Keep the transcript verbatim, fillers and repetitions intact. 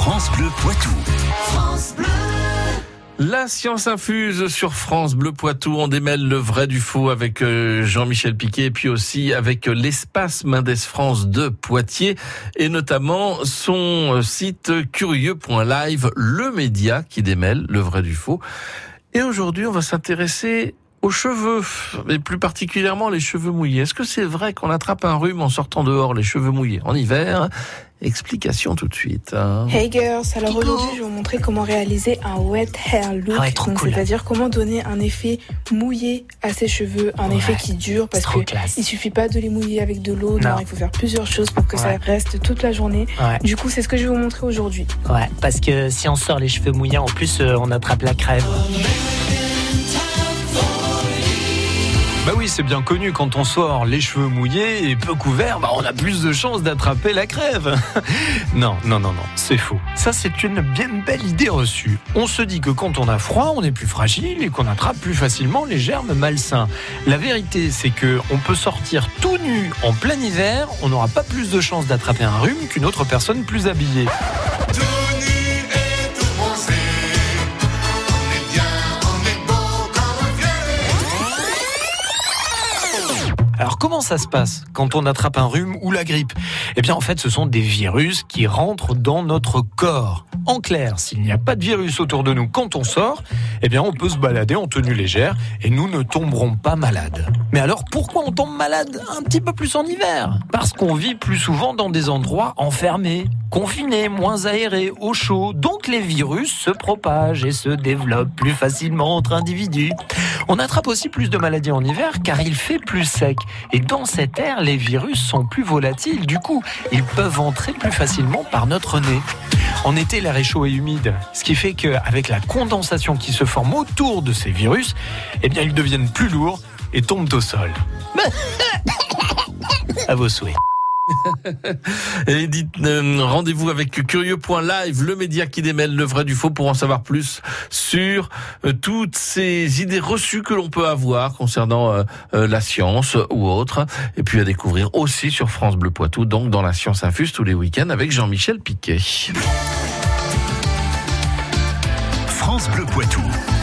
France Bleu Poitou. France Bleu. La science infuse sur France Bleu Poitou. On démêle le vrai du faux avec Jean-Michel Piquet et puis aussi avec l'espace Mendes France de Poitiers et notamment son site curieux point live, le média qui démêle le vrai du faux. Et aujourd'hui, on va s'intéresser aux cheveux, et plus particulièrement les cheveux mouillés. Est-ce que c'est vrai qu'on attrape un rhume en sortant dehors, les cheveux mouillés en hiver ? Explication tout de suite. Hein. Hey girls, alors Kiko. Aujourd'hui je vais vous montrer comment réaliser un wet hair look. Ah ouais, trop Donc, cool. C'est-à-dire comment donner un effet mouillé à ses cheveux, un ouais, effet qui dure parce que classe. Il suffit pas de les mouiller avec de l'eau, non, non il faut faire plusieurs choses pour que ouais. ça reste toute la journée. Ouais. Du coup c'est ce que je vais vous montrer aujourd'hui. Ouais, parce que si on sort les cheveux mouillés, en plus euh, on attrape la crève. Bah oui, c'est bien connu, quand on sort les cheveux mouillés et peu couverts, bah on a plus de chances d'attraper la crève. Non, non, non, non, c'est faux. Ça, c'est une bien belle idée reçue. On se dit que quand on a froid, on est plus fragile et qu'on attrape plus facilement les germes malsains. La vérité, c'est que on peut sortir tout nu en plein hiver, on n'aura pas plus de chances d'attraper un rhume qu'une autre personne plus habillée. Alors comment ça se passe quand on attrape un rhume ou la grippe ? Eh bien en fait ce sont des virus qui rentrent dans notre corps. En clair, s'il n'y a pas de virus autour de nous quand on sort, eh bien on peut se balader en tenue légère et nous ne tomberons pas malades. Mais alors pourquoi on tombe malade un petit peu plus en hiver ? Parce qu'on vit plus souvent dans des endroits enfermés, confinés, moins aérés, au chaud. Donc les virus se propagent et se développent plus facilement entre individus. On attrape aussi plus de maladies en hiver car il fait plus sec. Et dans cet air, les virus sont plus volatiles. Du coup, ils peuvent entrer plus facilement par notre nez. En été, l'air est chaud et humide, ce qui fait qu'avec la condensation qui se forme autour de ces virus, eh bien, ils deviennent plus lourds et tombent au sol. À vos souhaits. Et dites, euh, rendez-vous avec curieux point live, le média qui démêle le vrai du faux pour en savoir plus sur euh, toutes ces idées reçues que l'on peut avoir concernant euh, euh, la science ou autre. Et puis à découvrir aussi sur France Bleu Poitou, donc dans la science infuse tous les week-ends avec Jean-Michel Piquet. France Bleu Poitou.